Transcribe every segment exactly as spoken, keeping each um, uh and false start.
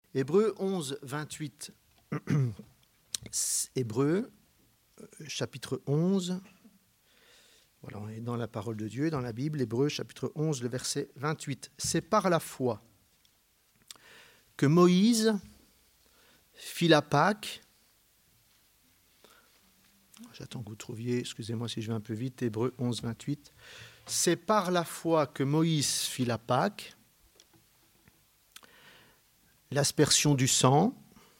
Hébreux onze, vingt-huit. Hébreux, chapitre onze. Voilà, on est dans la parole de Dieu, dans la Bible. Hébreux, chapitre onze, le verset vingt-huit. C'est par la foi que Moïse fit la Pâque. J'attends que vous trouviez, excusez-moi si je vais un peu vite, Hébreux onze, vingt-huit. C'est par la foi que Moïse fit la Pâque, l'aspersion du sang,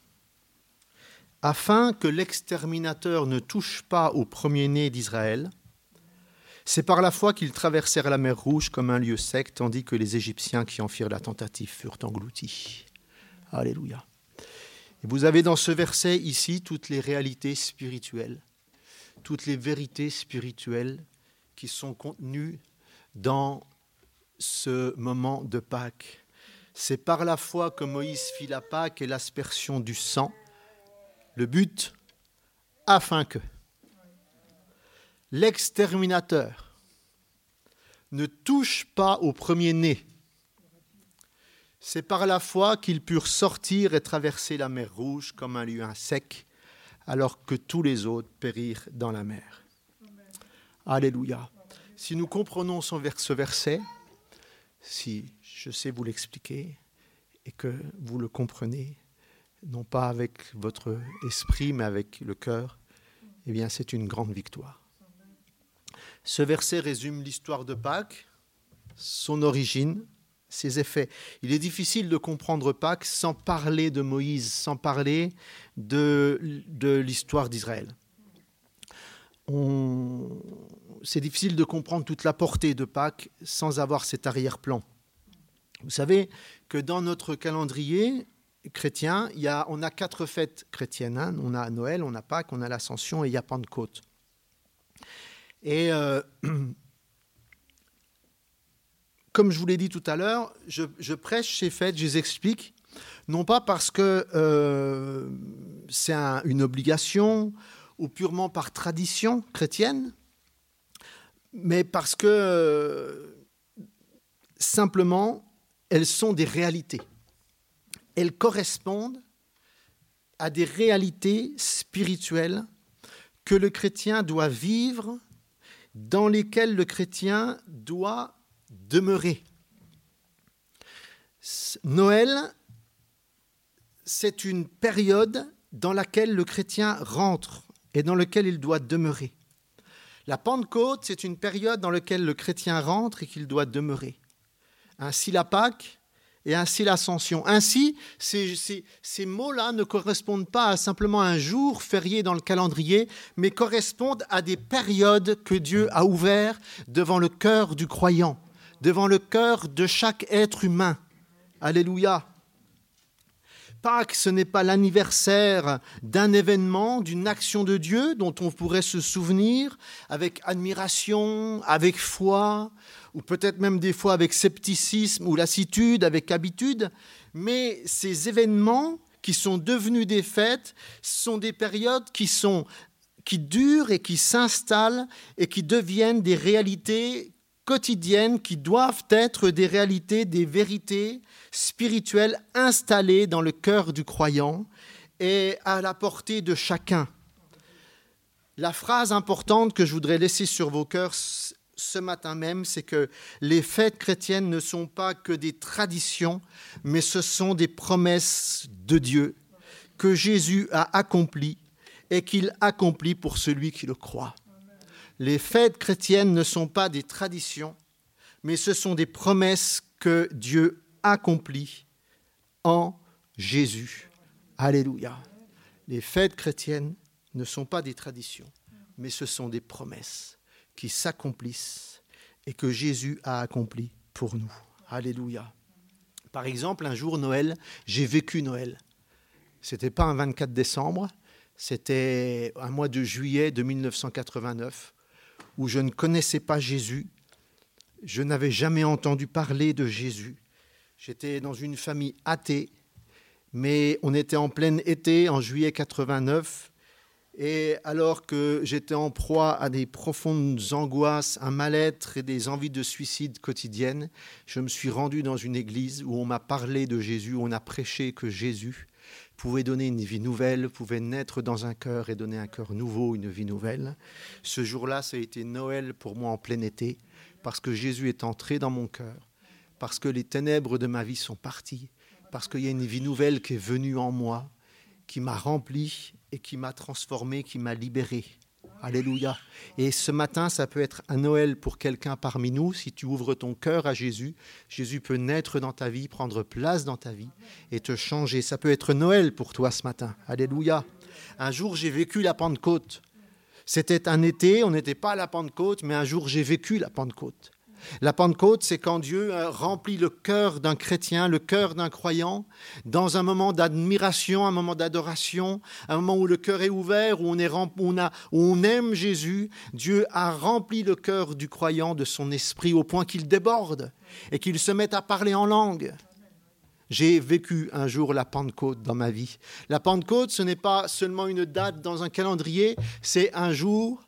afin que l'exterminateur ne touche pas au premier-né d'Israël. C'est par la foi qu'ils traversèrent la mer Rouge comme un lieu sec, tandis que les Égyptiens qui en firent la tentative furent engloutis. Alléluia. Et vous avez dans ce verset ici toutes les réalités spirituelles, toutes les vérités spirituelles qui sont contenues dans ce moment de Pâques. C'est par la foi que Moïse fit la Pâque et l'aspersion du sang. Le but, afin que l'exterminateur ne touche pas au premier-né. C'est par la foi qu'ils purent sortir et traverser la mer Rouge comme un lieu sec, alors que tous les autres périrent dans la mer. Amen. Alléluia. Si nous comprenons ce verset, si je sais vous l'expliquer et que vous le comprenez, non pas avec votre esprit, mais avec le cœur, eh bien, c'est une grande victoire. Ce verset résume l'histoire de Pâques, son origine, ses effets. Il est difficile de comprendre Pâques sans parler de Moïse, sans parler de, de l'histoire d'Israël. On... C'est difficile de comprendre toute la portée de Pâques sans avoir cet arrière-plan. Vous savez que dans notre calendrier chrétien, il y a, on a quatre fêtes chrétiennes. Hein. On a Noël, on a Pâques, on a l'Ascension et il y a Pentecôte. Et euh, comme je vous l'ai dit tout à l'heure, je, je prêche ces fêtes, je les explique, non pas parce que euh, c'est un, une obligation ou purement par tradition chrétienne, mais parce que euh, simplement, elles sont des réalités. Elles correspondent à des réalités spirituelles que le chrétien doit vivre, dans lesquelles le chrétien doit demeurer. Noël, c'est une période dans laquelle le chrétien rentre et dans laquelle il doit demeurer. La Pentecôte, c'est une période dans laquelle le chrétien rentre et qu'il doit demeurer. Ainsi la Pâque et ainsi l'Ascension. Ainsi, ces, ces, ces mots-là ne correspondent pas à simplement un jour férié dans le calendrier, mais correspondent à des périodes que Dieu a ouvertes devant le cœur du croyant, devant le cœur de chaque être humain. Alléluia. Pâques, ce n'est pas l'anniversaire d'un événement, d'une action de Dieu dont on pourrait se souvenir avec admiration, avec foi, ou peut-être même des fois avec scepticisme ou lassitude, avec habitude. Mais ces événements qui sont devenus des fêtes sont des périodes qui, sont, qui durent et qui s'installent et qui deviennent des réalités quotidiennes qui doivent être des réalités, des vérités spirituelles installées dans le cœur du croyant et à la portée de chacun. La phrase importante que je voudrais laisser sur vos cœurs ce matin même, c'est que les fêtes chrétiennes ne sont pas que des traditions, mais ce sont des promesses de Dieu que Jésus a accomplies et qu'il accomplit pour celui qui le croit. Les fêtes chrétiennes ne sont pas des traditions, mais ce sont des promesses que Dieu accomplit en Jésus. Alléluia. Les fêtes chrétiennes ne sont pas des traditions, mais ce sont des promesses qui s'accomplissent et que Jésus a accompli pour nous. Alléluia. Par exemple, un jour Noël, j'ai vécu Noël. Ce n'était pas un vingt-quatre décembre, c'était un mois de juillet de mille neuf cent quatre-vingt-neuf, où je ne connaissais pas Jésus, je n'avais jamais entendu parler de Jésus. J'étais dans une famille athée, mais on était en plein été, en juillet quatre-vingt-neuf, Et alors que j'étais en proie à des profondes angoisses, un mal-être et des envies de suicide quotidiennes, je me suis rendu dans une église où on m'a parlé de Jésus, où on a prêché que Jésus pouvait donner une vie nouvelle, pouvait naître dans un cœur et donner un cœur nouveau, une vie nouvelle. Ce jour-là, ça a été Noël pour moi en plein été, parce que Jésus est entré dans mon cœur, parce que les ténèbres de ma vie sont parties, parce qu'il y a une vie nouvelle qui est venue en moi, qui m'a rempli et qui m'a transformé, qui m'a libéré. Alléluia. Et ce matin, ça peut être un Noël pour quelqu'un parmi nous. Si tu ouvres ton cœur à Jésus, Jésus peut naître dans ta vie, prendre place dans ta vie et te changer. Ça peut être Noël pour toi ce matin. Alléluia. Un jour, j'ai vécu la Pentecôte. C'était un été, on n'était pas à la Pentecôte, mais un jour, j'ai vécu la Pentecôte. La Pentecôte, c'est quand Dieu remplit le cœur d'un chrétien, le cœur d'un croyant, dans un moment d'admiration, un moment d'adoration, un moment où le cœur est ouvert, où on, est, où on, a, où on aime Jésus. Dieu a rempli le cœur du croyant de son esprit au point qu'il déborde et qu'il se mette à parler en langue. J'ai vécu un jour la Pentecôte dans ma vie. La Pentecôte, ce n'est pas seulement une date dans un calendrier, c'est un jour,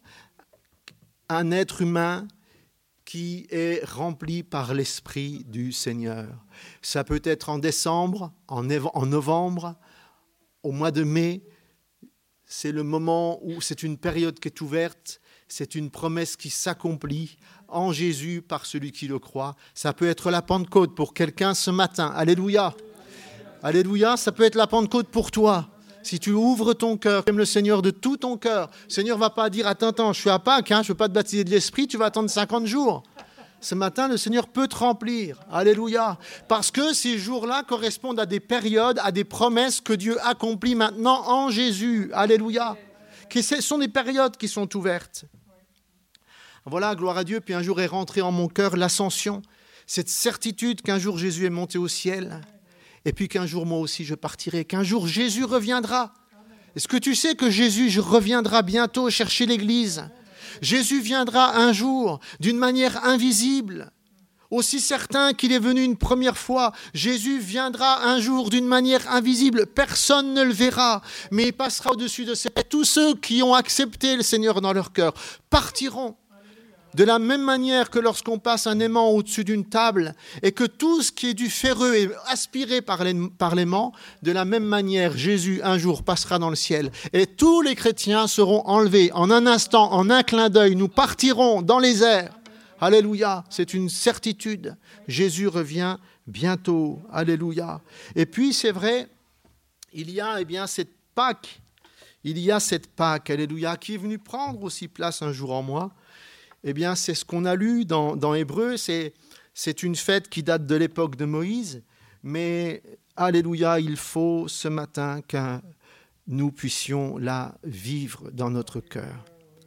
un être humain qui est rempli par l'Esprit du Seigneur. Ça peut être en décembre, en novembre, au mois de mai. C'est le moment où c'est une période qui est ouverte, c'est une promesse qui s'accomplit en Jésus par celui qui le croit. Ça peut être la Pentecôte pour quelqu'un ce matin. Alléluia. Alléluia, ça peut être la Pentecôte pour toi. Si tu ouvres ton cœur, tu aimes le Seigneur de tout ton cœur, le Seigneur ne va pas dire « Attends, attends, je suis à Pâques, hein, je ne veux pas te baptiser de l'Esprit, tu vas attendre cinquante jours. » Ce matin, le Seigneur peut te remplir. Alléluia. Parce que ces jours-là correspondent à des périodes, à des promesses que Dieu accomplit maintenant en Jésus. Alléluia. Ce sont des périodes qui sont ouvertes. Voilà, gloire à Dieu. Puis un jour est rentré en mon cœur l'ascension. Cette certitude qu'un jour Jésus est monté au ciel. Et puis qu'un jour moi aussi je partirai. Qu'un jour Jésus reviendra. Est-ce que tu sais que Jésus reviendra bientôt chercher l'Église ? Jésus viendra un jour d'une manière invisible. Aussi certain qu'il est venu une première fois, Jésus viendra un jour d'une manière invisible. Personne ne le verra, mais il passera au-dessus de ses têtes. Tous ceux qui ont accepté le Seigneur dans leur cœur partiront. De la même manière que lorsqu'on passe un aimant au-dessus d'une table et que tout ce qui est du ferreux est aspiré par l'aimant, de la même manière, Jésus un jour passera dans le ciel et tous les chrétiens seront enlevés en un instant, en un clin d'œil. Nous partirons dans les airs. Alléluia, c'est une certitude. Jésus revient bientôt. Alléluia. Et puis, c'est vrai, il y a eh bien, cette Pâque. Il y a cette Pâque, alléluia, qui est venue prendre aussi place un jour en moi. Eh bien, c'est ce qu'on a lu dans, dans Hébreu. C'est, c'est une fête qui date de l'époque de Moïse. Mais, alléluia, il faut ce matin que nous puissions la vivre dans notre cœur.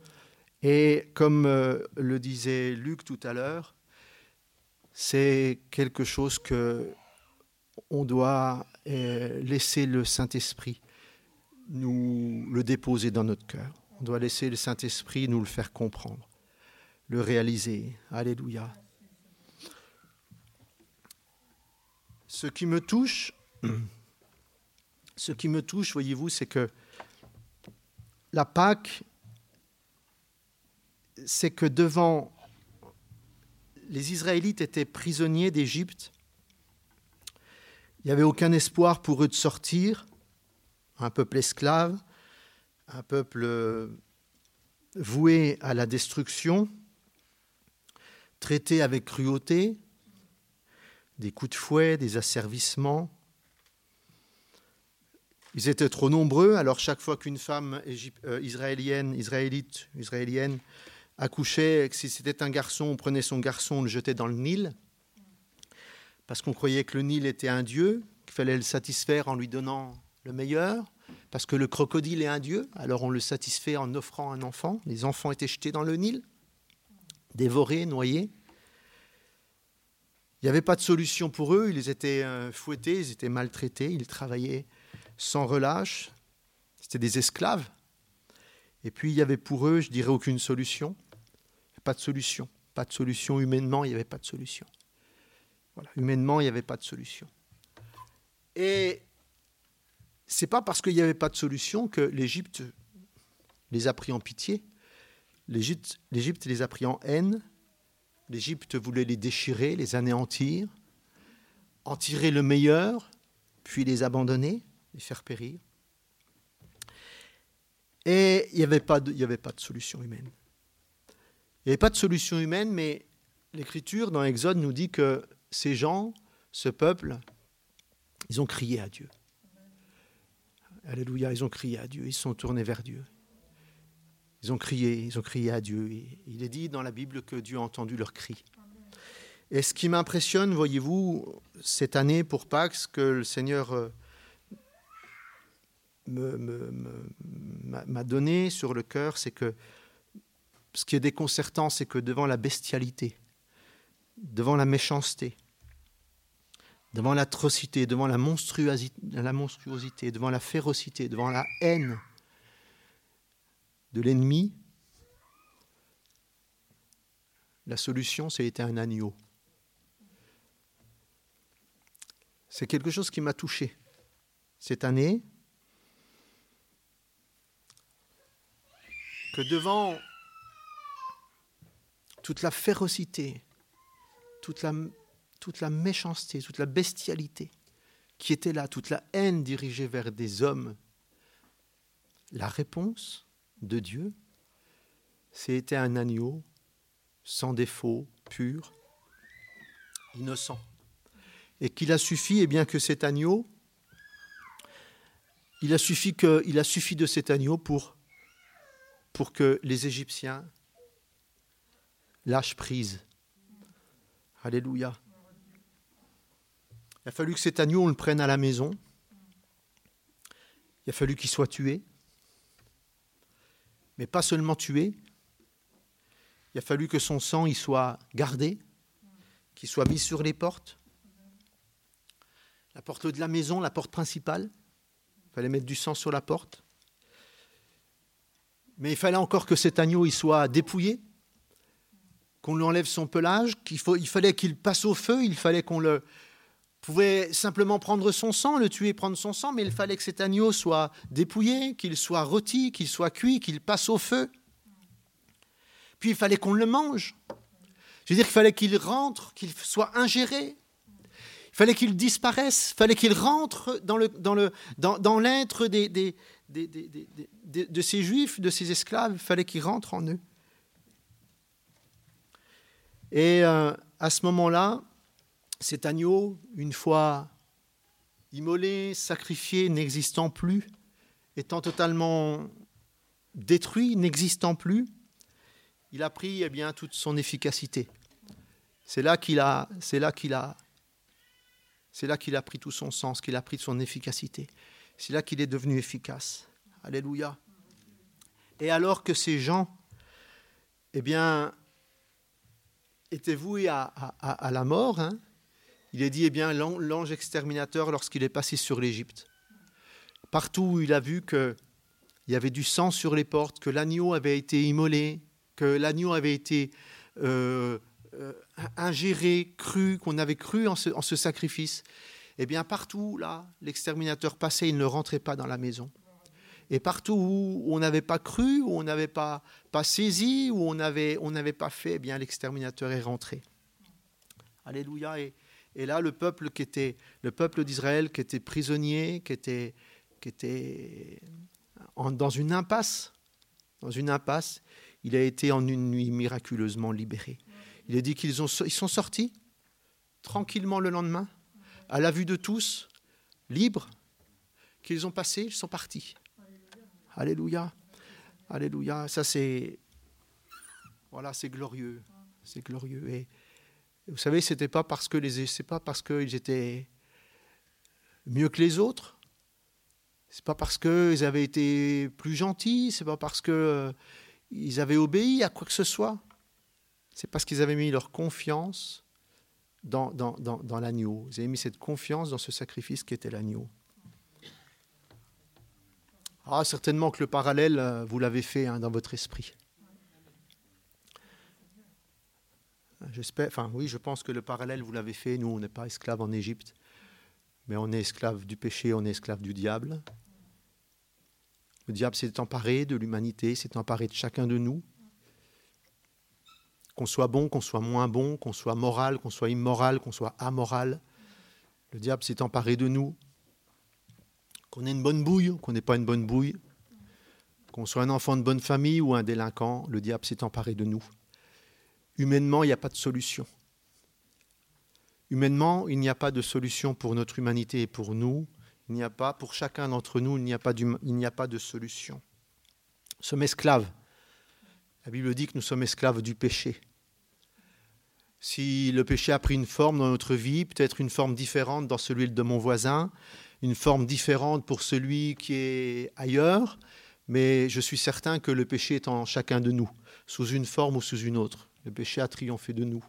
Et comme euh, le disait Luc tout à l'heure, c'est quelque chose que on doit euh, laisser le Saint-Esprit nous le déposer dans notre cœur. On doit laisser le Saint-Esprit nous le faire comprendre, le réaliser. Alléluia. Ce qui me touche, ce qui me touche, voyez-vous, c'est que la Pâque, c'est que devant, les Israélites étaient prisonniers d'Égypte. Il n'y avait aucun espoir pour eux de sortir. Un peuple esclave, un peuple voué à la destruction, traité avec cruauté, des coups de fouet, des asservissements. Ils étaient trop nombreux, alors chaque fois qu'une femme égyp- euh, israélienne, israélite, israélienne accouchait, si c'était un garçon, on prenait son garçon, on le jetait dans le Nil, parce qu'on croyait que le Nil était un dieu, qu'il fallait le satisfaire en lui donnant le meilleur, parce que le crocodile est un dieu, alors on le satisfait en offrant un enfant. Les enfants étaient jetés dans le Nil, dévorés, noyés. Il n'y avait pas de solution pour eux, ils étaient fouettés, ils étaient maltraités, ils travaillaient sans relâche, c'était des esclaves. Et puis il y avait pour eux, je dirais, aucune solution. Pas de solution, pas de solution humainement, il n'y avait pas de solution. Voilà, humainement, il n'y avait pas de solution. Et c'est pas parce qu'il n'y avait pas de solution que l'Égypte les a pris en pitié. L'Égypte, l'Égypte les a pris en haine. L'Égypte voulait les déchirer, les anéantir, en tirer le meilleur, puis les abandonner, les faire périr. Et il n'y avait pas de, il n'y avait pas de solution humaine. Il n'y avait pas de solution humaine, mais l'Écriture, dans l'Exode, nous dit que ces gens, ce peuple, ils ont crié à Dieu. Alléluia, ils ont crié à Dieu, ils se sont tournés vers Dieu. Ils ont crié, ils ont crié à Dieu. Et il est dit dans la Bible que Dieu a entendu leurs cris. Et ce qui m'impressionne, voyez-vous, cette année pour Pâques, que le Seigneur me, me, me, m'a donné sur le cœur, c'est que ce qui est déconcertant, c'est que devant la bestialité, devant la méchanceté, devant l'atrocité, devant la monstruosité, la monstruosité, devant la férocité, devant la haine de l'ennemi, la solution, c'était un agneau. C'est quelque chose qui m'a touché cette année, que devant toute la férocité, toute la, toute la méchanceté, toute la bestialité qui était là, toute la haine dirigée vers des hommes, la réponse de Dieu, c'était un agneau sans défaut, pur, innocent. Et qu'il a suffi, eh bien, que cet agneau, il a suffi, que, il a suffi de cet agneau pour, pour que les Égyptiens lâchent prise. Alléluia. Il a fallu que cet agneau, on le prenne à la maison. Il a fallu qu'il soit tué. Mais pas seulement tué. Il a fallu que son sang il soit gardé, qu'il soit mis sur les portes. La porte de la maison, la porte principale. Il fallait mettre du sang sur la porte. Mais il fallait encore que cet agneau il soit dépouillé, qu'on lui enlève son pelage, qu'il faut, il fallait qu'il passe au feu, il fallait qu'on le pouvait simplement prendre son sang, le tuer, prendre son sang, mais il fallait que cet agneau soit dépouillé, qu'il soit rôti, qu'il soit cuit, qu'il passe au feu. Puis il fallait qu'on le mange. Je veux dire qu'il fallait qu'il rentre, qu'il soit ingéré. Il fallait qu'il disparaisse, il fallait qu'il rentre dans, le, dans, le, dans, dans l'être des, des, des, des, des, des, de ces juifs, de ces esclaves, il fallait qu'il rentre en eux. Et euh, à ce moment-là, cet agneau, une fois immolé, sacrifié, n'existant plus, étant totalement détruit, n'existant plus, il a pris eh bien, toute son efficacité. C'est là qu'il a, c'est là qu'il a, c'est là qu'il a pris tout son sens, qu'il a pris son efficacité. C'est là qu'il est devenu efficace. Alléluia. Et alors que ces gens, eh bien, étaient voués à, à, à la mort, hein, il est dit, eh bien, l'ange exterminateur, lorsqu'il est passé sur l'Égypte, partout où il a vu qu'il y avait du sang sur les portes, que l'agneau avait été immolé, que l'agneau avait été euh, euh, ingéré, cru, qu'on avait cru en ce, en ce sacrifice, eh bien, partout, là, l'exterminateur passait, il ne rentrait pas dans la maison. Et partout où on n'avait pas cru, où on n'avait pas, pas saisi, où on n'avait on n'avait pas fait, eh bien, l'exterminateur est rentré. Alléluia. Et, et là, le peuple, qui était, le peuple d'Israël qui était prisonnier, qui était, qui était en, dans une impasse, dans une impasse, il a été en une nuit miraculeusement libéré. Il est dit qu'ils ont, ils sont sortis tranquillement le lendemain, à la vue de tous, libres, qu'ils ont passé, ils sont partis. Alléluia. Alléluia. Ça, c'est... Voilà, c'est glorieux. C'est glorieux. Et vous savez, c'était pas parce que les... c'est pas parce qu'ils étaient mieux que les autres. C'est pas parce qu'ils avaient été plus gentils. C'est pas parce qu'ils avaient obéi à quoi que ce soit. C'est parce qu'ils avaient mis leur confiance dans, dans, dans, dans l'agneau. Ils avaient mis cette confiance dans ce sacrifice qui était l'agneau. Ah, certainement que le parallèle, vous l'avez fait hein, dans votre esprit. J'espère, enfin oui, je pense que le parallèle, vous l'avez fait. Nous, on n'est pas esclaves en Égypte, mais on est esclaves du péché, on est esclaves du diable. Le diable s'est emparé de l'humanité, s'est emparé de chacun de nous. Qu'on soit bon, qu'on soit moins bon, qu'on soit moral, qu'on soit immoral, qu'on soit amoral. Le diable s'est emparé de nous. Qu'on ait une bonne bouille, qu'on n'ait pas une bonne bouille. Qu'on soit un enfant de bonne famille ou un délinquant, le diable s'est emparé de nous. Humainement, il n'y a pas de solution. Humainement, il n'y a pas de solution pour notre humanité et pour nous. Il n'y a pas, pour chacun d'entre nous, il n'y a pas, il n'y a pas de solution. Nous sommes esclaves. La Bible dit que nous sommes esclaves du péché. Si le péché a pris une forme dans notre vie, peut-être une forme différente dans celui de mon voisin, une forme différente pour celui qui est ailleurs, mais je suis certain que le péché est en chacun de nous, sous une forme ou sous une autre. Le péché a triomphé de nous.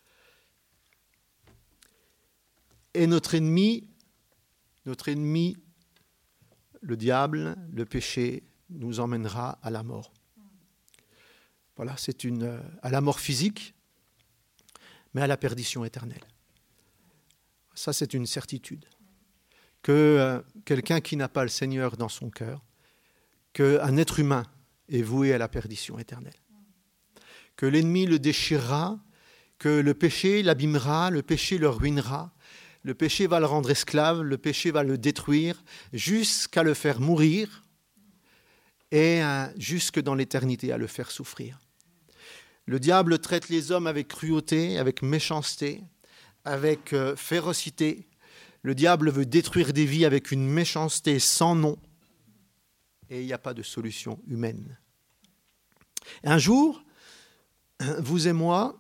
Et notre ennemi, notre ennemi, le diable, le péché, nous emmènera à la mort. Voilà, c'est une, à la mort physique, mais à la perdition éternelle. Ça, c'est une certitude. Que euh, quelqu'un qui n'a pas le Seigneur dans son cœur, qu'un être humain est voué à la perdition éternelle. Que l'ennemi le déchirera, que le péché l'abîmera, le péché le ruinera, le péché va le rendre esclave, le péché va le détruire, jusqu'à le faire mourir et hein, jusque dans l'éternité à le faire souffrir. Le diable traite les hommes avec cruauté, avec méchanceté, avec euh, férocité. Le diable veut détruire des vies avec une méchanceté sans nom. Et il n'y a pas de solution humaine. Un jour, vous et moi,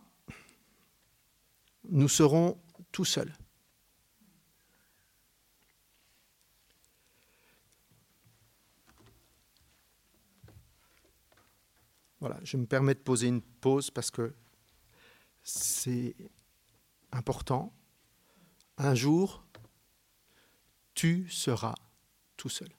nous serons tout seuls. Voilà, je me permets de poser une pause parce que c'est important. Un jour, tu seras tout seul.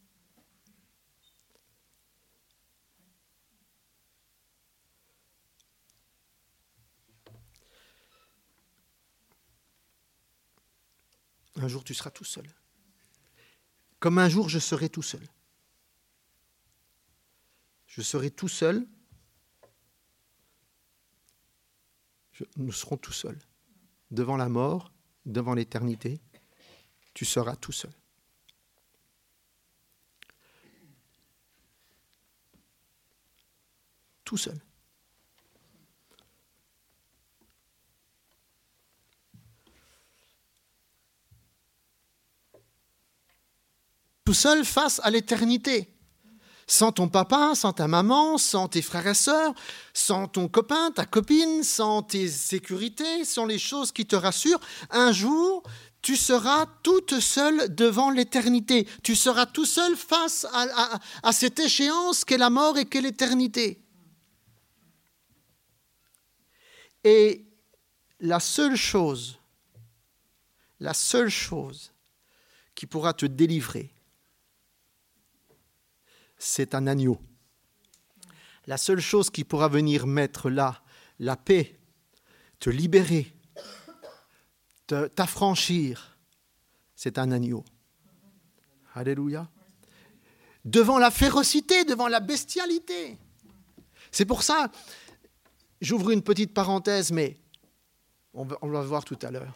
Un jour, tu seras tout seul. Comme un jour, je serai tout seul. Je serai tout seul. Je, nous serons tout seuls. Devant la mort, devant l'éternité, tu seras tout seul. Tout seul. Tout seul face à l'éternité. Sans ton papa, sans ta maman, sans tes frères et sœurs, sans ton copain, ta copine, sans tes sécurités, sans les choses qui te rassurent, un jour, tu seras toute seule devant l'éternité. Tu seras tout seul face à, à, à cette échéance qu'est la mort et qu'est l'éternité. Et la seule chose, la seule chose qui pourra te délivrer, c'est un agneau. La seule chose qui pourra venir mettre là la paix, te libérer, te, t'affranchir, c'est un agneau. Alléluia. Devant la férocité, devant la bestialité. C'est pour ça, j'ouvre une petite parenthèse, mais on va, on va voir tout à l'heure.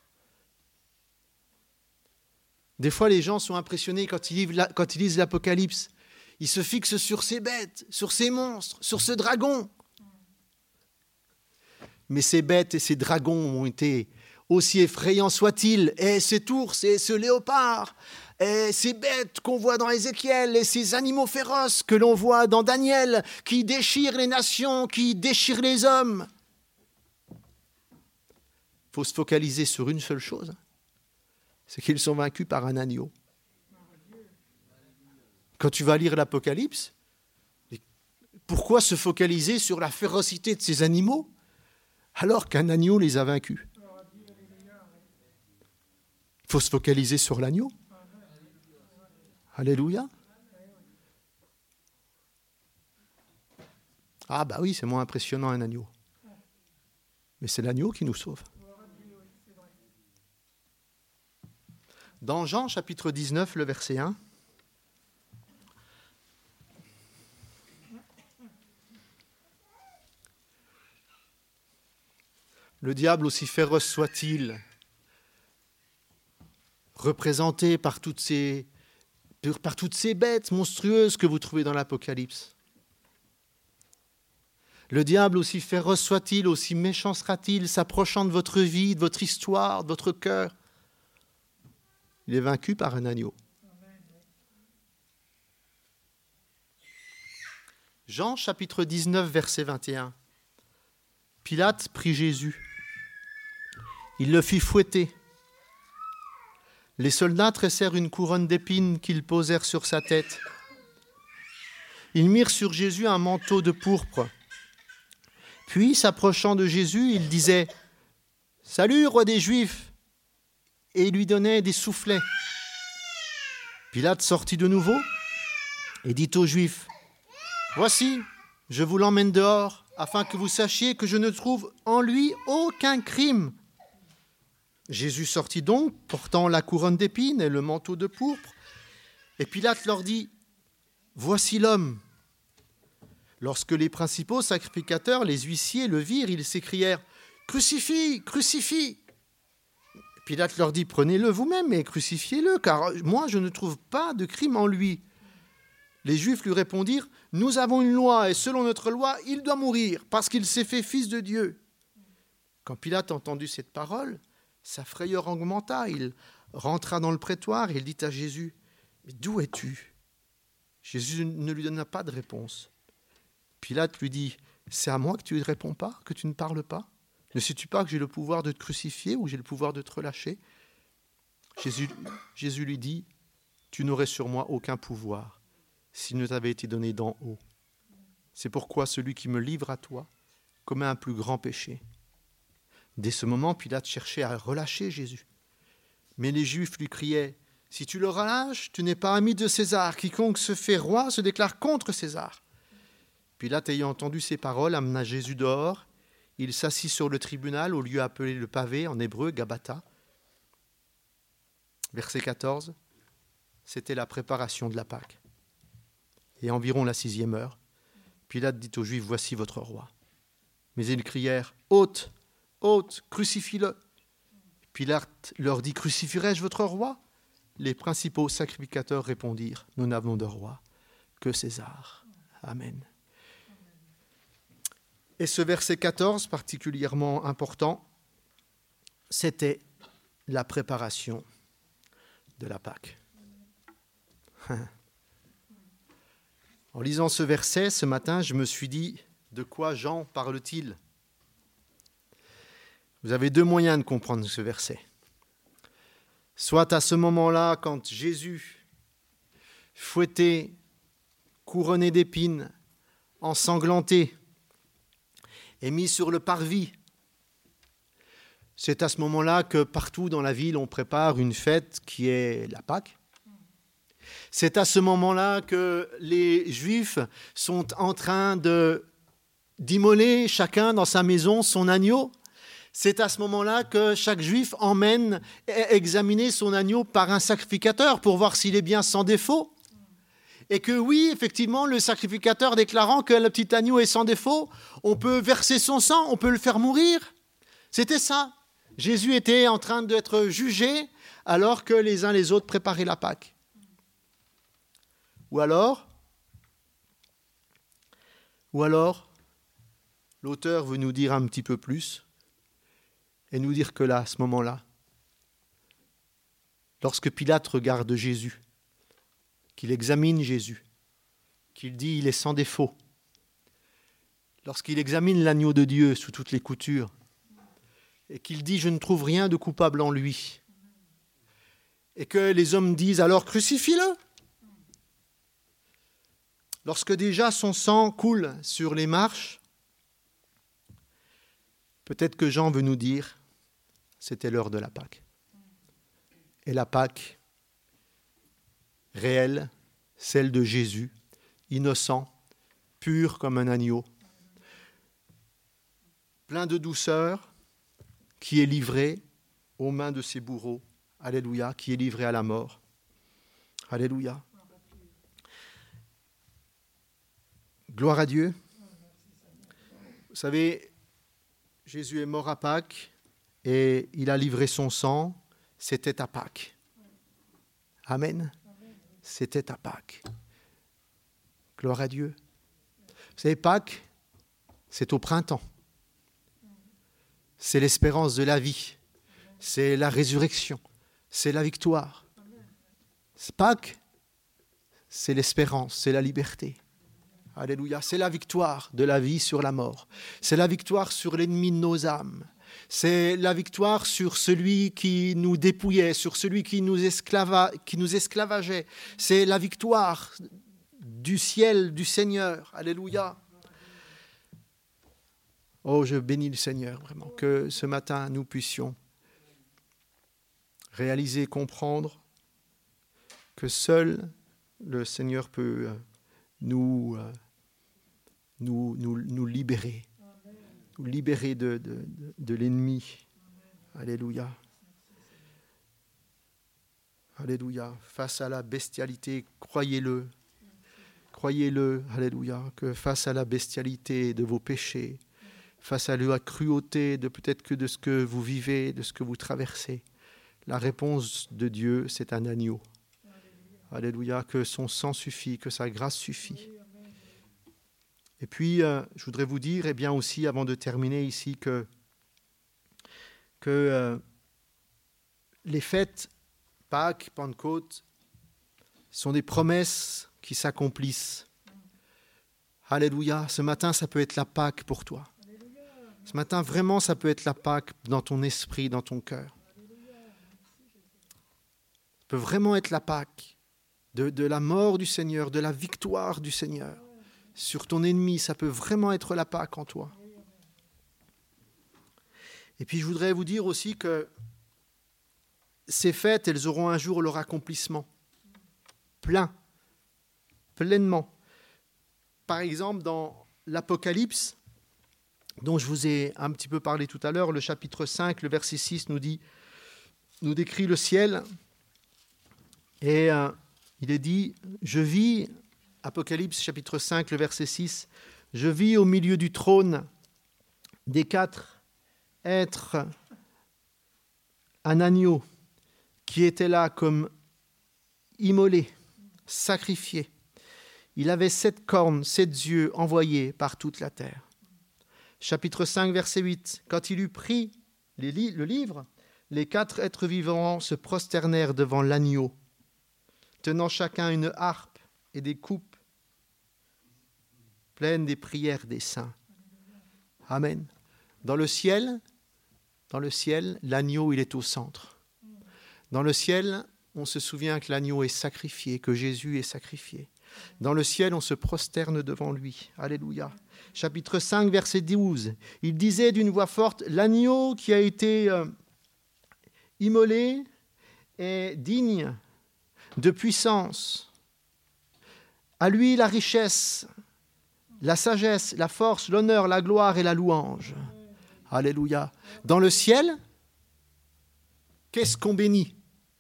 Des fois, les gens sont impressionnés quand ils lisent, quand ils lisent l'Apocalypse. Ils se fixent sur ces bêtes, sur ces monstres, sur ce dragon. Mais ces bêtes et ces dragons ont été, aussi effrayants soient-ils, et cet ours et ce léopard, et ces bêtes qu'on voit dans Ézéchiel, et ces animaux féroces que l'on voit dans Daniel, qui déchirent les nations, qui déchirent les hommes. Il faut se focaliser sur une seule chose, c'est qu'ils sont vaincus par un agneau. Quand tu vas lire l'Apocalypse, pourquoi se focaliser sur la férocité de ces animaux alors qu'un agneau les a vaincus? Il faut se focaliser sur l'agneau. Alléluia. Ah bah oui, c'est moins impressionnant un agneau. Mais c'est l'agneau qui nous sauve. Dans Jean chapitre dix-neuf, le verset un, Le diable, aussi féroce soit-il, représenté par toutes ces, par toutes ces bêtes monstrueuses que vous trouvez dans l'Apocalypse. Le diable, aussi féroce soit-il, aussi méchant sera-t-il, s'approchant de votre vie, de votre histoire, de votre cœur. Il est vaincu par un agneau. Jean chapitre dix-neuf, verset vingt et un. Pilate prit Jésus. Il le fit fouetter. Les soldats tressèrent une couronne d'épines qu'ils posèrent sur sa tête. Ils mirent sur Jésus un manteau de pourpre. Puis, s'approchant de Jésus, ils disaient « Salut, roi des Juifs !» et ils lui donnaient des soufflets. Pilate sortit de nouveau et dit aux Juifs « Voici, je vous l'emmène dehors, afin que vous sachiez que je ne trouve en lui aucun crime. » Jésus sortit donc, portant la couronne d'épines et le manteau de pourpre. Et Pilate leur dit « Voici l'homme !» Lorsque les principaux sacrificateurs, les huissiers, le virent, ils s'écrièrent « Crucifie, crucifie !» Pilate leur dit « Prenez-le vous-même et crucifiez-le, car moi je ne trouve pas de crime en lui. » Les Juifs lui répondirent « Nous avons une loi, et selon notre loi, il doit mourir, parce qu'il s'est fait fils de Dieu. » Quand Pilate entendit cette parole, sa frayeur augmenta. Il rentra dans le prétoire et il dit à Jésus « Mais d'où es-tu » Jésus ne lui donna pas de réponse. Pilate lui dit « C'est à moi que tu ne réponds pas, que tu ne parles pas ? Ne sais-tu pas que j'ai le pouvoir de te crucifier ou j'ai le pouvoir de te relâcher ?» Jésus, Jésus lui dit « Tu n'aurais sur moi aucun pouvoir s'il ne t'avait été donné d'en haut. C'est pourquoi celui qui me livre à toi commet un plus grand péché. » Dès ce moment, Pilate cherchait à relâcher Jésus. Mais les Juifs lui criaient « Si tu le relâches, tu n'es pas ami de César. Quiconque se fait roi se déclare contre César. » Pilate, ayant entendu ces paroles, amena Jésus dehors. Il s'assit sur le tribunal, au lieu appelé le pavé, en hébreu, Gabata. Verset quatorze, c'était la préparation de la Pâque. Et environ la sixième heure, Pilate dit aux Juifs, « Voici votre roi. » Mais ils crièrent, « Ôte, ôte, crucifie-le. » Pilate leur dit, « Crucifierai-je votre roi ?» Les principaux sacrificateurs répondirent, « Nous n'avons de roi que César. » Amen. Et ce verset quatorze, particulièrement important, c'était la préparation de la Pâque. En lisant ce verset ce matin, je me suis dit, de quoi Jean parle-t-il ? Vous avez deux moyens de comprendre ce verset. Soit à ce moment-là, quand Jésus, fouetté, couronné d'épines, ensanglanté, est mis sur le parvis. C'est à ce moment-là que partout dans la ville, on prépare une fête qui est la Pâque. C'est à ce moment-là que les Juifs sont en train de, d'immoler chacun dans sa maison son agneau. C'est à ce moment-là que chaque Juif emmène examiner son agneau par un sacrificateur pour voir s'il est bien sans défaut. Et que oui, effectivement, le sacrificateur déclarant que le petit agneau est sans défaut, on peut verser son sang, on peut le faire mourir. C'était ça. Jésus était en train d'être jugé alors que les uns les autres préparaient la Pâque. Ou alors, ou alors, l'auteur veut nous dire un petit peu plus et nous dire que là, à ce moment-là, lorsque Pilate regarde Jésus, qu'il examine Jésus, qu'il dit « il est sans défaut », lorsqu'il examine l'agneau de Dieu sous toutes les coutures, et qu'il dit « je ne trouve rien de coupable en lui », et que les hommes disent « alors crucifie-le ». Lorsque déjà son sang coule sur les marches, peut-être que Jean veut nous dire « c'était l'heure de la Pâque ». Et la Pâque réelle, celle de Jésus, innocent, pur comme un agneau, plein de douceur, qui est livré aux mains de ses bourreaux, alléluia, qui est livré à la mort, alléluia. Gloire à Dieu. Vous savez, Jésus est mort à Pâques et il a livré son sang. C'était à Pâques. Amen. C'était à Pâques. Gloire à Dieu. Vous savez, Pâques, c'est au printemps. C'est l'espérance de la vie. C'est la résurrection. C'est la victoire. Pâques, c'est l'espérance, c'est la liberté. Alléluia. C'est la victoire de la vie sur la mort. C'est la victoire sur l'ennemi de nos âmes. C'est la victoire sur celui qui nous dépouillait, sur celui qui nous, esclava, qui nous esclavageait. C'est la victoire du ciel du Seigneur. Alléluia. Oh, je bénis le Seigneur, vraiment, que ce matin, nous puissions réaliser, comprendre que seul le Seigneur peut nous, nous, nous, nous libérer, nous libérer de, de, de, de l'ennemi. Alléluia. Alléluia. Face à la bestialité, croyez-le. Croyez-le, alléluia, que face à la bestialité de vos péchés, face à la cruauté de peut-être que de ce que vous vivez, de ce que vous traversez, la réponse de Dieu, c'est un agneau. Alléluia, que son sang suffit, que sa grâce suffit. Et puis, euh, je voudrais vous dire, et eh bien aussi, avant de terminer ici, que, que euh, les fêtes, Pâques, Pentecôte, sont des promesses qui s'accomplissent. Alléluia, ce matin, ça peut être la Pâque pour toi. Ce matin, vraiment, ça peut être la Pâque dans ton esprit, dans ton cœur. Ça peut vraiment être la Pâque de, de la mort du Seigneur, de la victoire du Seigneur. Sur ton ennemi, ça peut vraiment être la Pâque en toi. Et puis, je voudrais vous dire aussi que ces fêtes, elles auront un jour leur accomplissement. Plein, pleinement. Par exemple, dans l'Apocalypse, dont je vous ai un petit peu parlé tout à l'heure, le chapitre cinq, le verset six nous dit, nous décrit le ciel, et euh, il est dit, je vis, Apocalypse chapitre cinq, le verset six, je vis au milieu du trône des quatre êtres un agneau qui était là comme immolé, sacrifié. Il avait sept cornes, sept yeux envoyés par toute la terre. Chapitre cinq, verset huit. Quand il eut pris les li- le livre, les quatre êtres vivants se prosternèrent devant l'agneau, tenant chacun une harpe et des coupes pleines des prières des saints. Amen. Dans le ciel, dans le ciel, l'agneau, il est au centre. Dans le ciel, on se souvient que l'agneau est sacrifié, que Jésus est sacrifié. Dans le ciel, on se prosterne devant lui. Alléluia. Chapitre cinq, verset douze. Il disait d'une voix forte, l'agneau qui a été euh, immolé est digne de puissance. À lui la richesse, la sagesse, la force, l'honneur, la gloire et la louange. Alléluia. Dans le ciel, qu'est-ce qu'on bénit?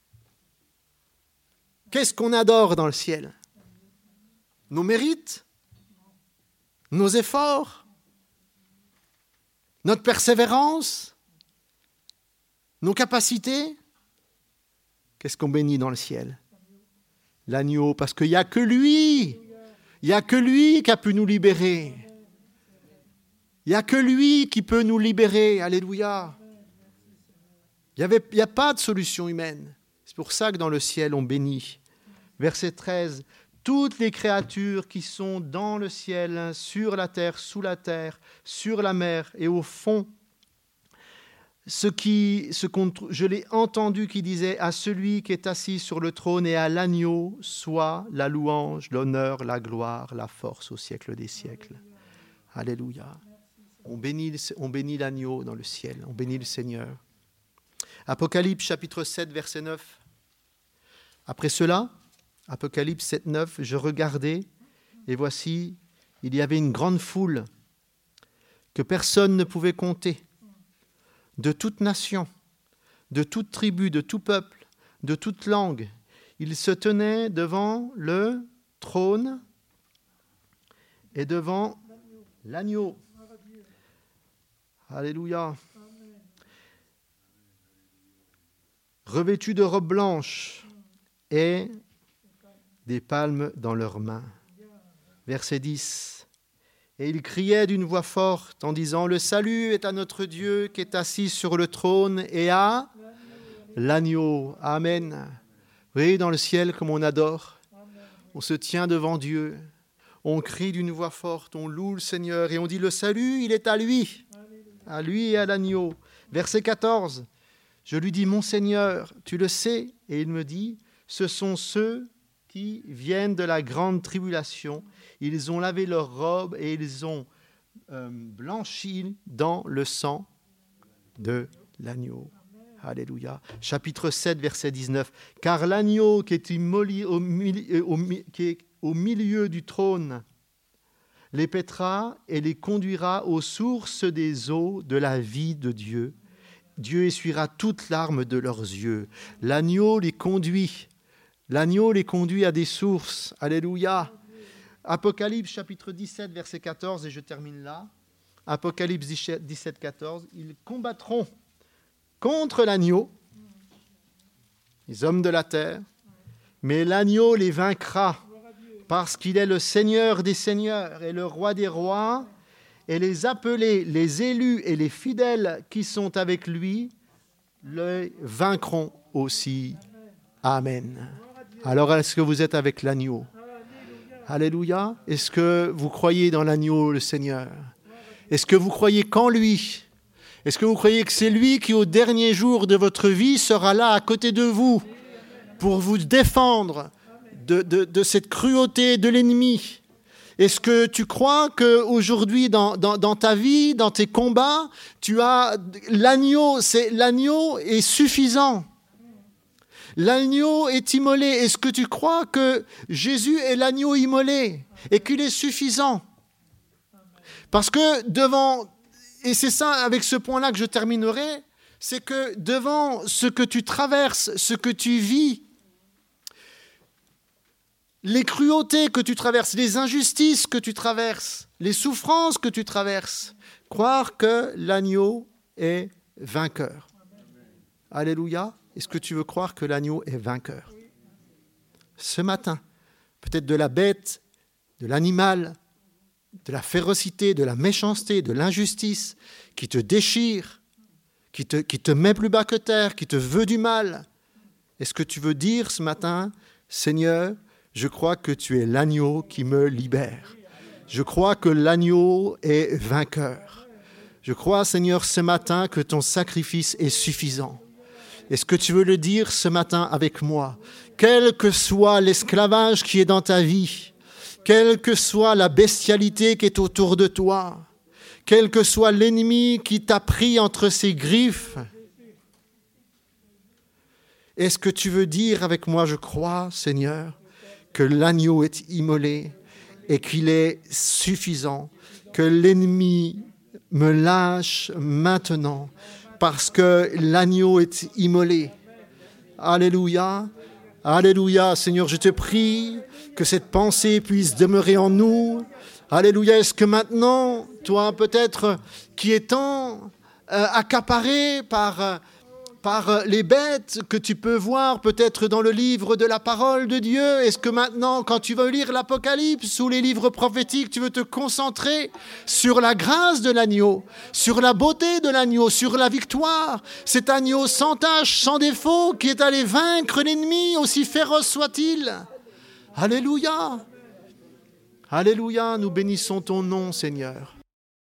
Qu'est-ce qu'on adore dans le ciel? Nos mérites? Nos efforts? Notre persévérance? Nos capacités? Qu'est-ce qu'on bénit dans le ciel? L'agneau, parce qu'il n'y a que lui. Il n'y a que lui qui a pu nous libérer. Il n'y a que lui qui peut nous libérer. Alléluia. Il n'y a pas de solution humaine. C'est pour ça que dans le ciel, on bénit. Verset treize. Toutes les créatures qui sont dans le ciel, sur la terre, sous la terre, sur la mer et au fond, ce qui, ce qu'on, je l'ai entendu qui disait à celui qui est assis sur le trône et à l'agneau, soit la louange, l'honneur, la gloire, la force au siècle des siècles. Alléluia. On bénit, on bénit l'agneau dans le ciel, on bénit le Seigneur. Apocalypse chapitre sept, verset neuf. Après cela, Apocalypse sept, neuf, je regardais et voici, il y avait une grande foule que personne ne pouvait compter, de toute nation, de toute tribu, de tout peuple, de toute langue. Ils se tenaient devant le trône et devant l'agneau. Alléluia. Revêtus de robes blanches et des palmes dans leurs mains. Verset dix. Et ils criaient d'une voix forte en disant, le salut est à notre Dieu qui est assis sur le trône et à l'agneau. Amen. Vous voyez dans le ciel comme on adore. On se tient devant Dieu. On crie d'une voix forte, on loue le Seigneur et on dit le salut, il est à lui. À lui et à l'agneau. Verset quatorze. Je lui dis, mon Seigneur, tu le sais. Et il me dit, ce sont ceux qui viennent de la grande tribulation. Ils ont lavé leurs robes et ils ont euh, blanchi dans le sang de l'agneau. Alléluia. Chapitre sept, verset dix-neuf. Car l'agneau qui est, immolé au, au, qui est au milieu du trône les paîtra et les conduira aux sources des eaux de la vie de Dieu. Dieu essuiera toute larme de leurs yeux. L'agneau les conduit. L'agneau les conduit à des sources. Alléluia. Apocalypse chapitre dix-sept, verset quatorze, et je termine là. Apocalypse dix-sept, quatorze. Ils combattront contre l'agneau, les hommes de la terre, mais l'agneau les vaincra parce qu'il est le Seigneur des seigneurs et le roi des rois. Et les appelés, les élus et les fidèles qui sont avec lui le vaincront aussi. Amen. Alors, est-ce que vous êtes avec l'agneau? Alléluia. Est-ce que vous croyez dans l'agneau, le Seigneur? Est-ce que vous croyez qu'en lui? Est-ce que vous croyez que c'est lui qui, au dernier jour de votre vie, sera là à côté de vous pour vous défendre de, de, de cette cruauté de l'ennemi? Est-ce que tu crois qu'aujourd'hui, dans, dans, dans ta vie, dans tes combats, tu as l'agneau, c'est, l'agneau est suffisant. L'agneau est immolé. Est-ce que tu crois que Jésus est l'agneau immolé et qu'il est suffisant? Parce que devant, et c'est ça avec ce point-là que je terminerai, c'est que devant ce que tu traverses, ce que tu vis, les cruautés que tu traverses, les injustices que tu traverses, les souffrances que tu traverses, croire que l'agneau est vainqueur. Alléluia. Est-ce que tu veux croire que l'agneau est vainqueur? Ce matin, peut-être de la bête, de l'animal, de la férocité, de la méchanceté, de l'injustice qui te déchire, qui te, qui te met plus bas que terre, qui te veut du mal. Est-ce que tu veux dire ce matin, Seigneur, je crois que tu es l'agneau qui me libère. Je crois que l'agneau est vainqueur. Je crois, Seigneur, ce matin que ton sacrifice est suffisant. Est-ce que tu veux le dire ce matin avec moi? Quel que soit l'esclavage qui est dans ta vie, quelle que soit la bestialité qui est autour de toi, quel que soit l'ennemi qui t'a pris entre ses griffes, est-ce que tu veux dire avec moi, je crois, Seigneur, que l'agneau est immolé et qu'il est suffisant, que l'ennemi me lâche maintenant parce que l'agneau est immolé. Alléluia, alléluia, Seigneur, je te prie que cette pensée puisse demeurer en nous. Alléluia, est-ce que maintenant, toi peut-être qui es tant euh, accaparé par... Euh, par les bêtes que tu peux voir peut-être dans le livre de la parole de Dieu. Est-ce que maintenant, quand tu veux lire l'Apocalypse ou les livres prophétiques, tu veux te concentrer sur la grâce de l'agneau, sur la beauté de l'agneau, sur la victoire, cet agneau sans tache, sans défaut, qui est allé vaincre l'ennemi, aussi féroce soit-il. Alléluia. Alléluia, nous bénissons ton nom, Seigneur.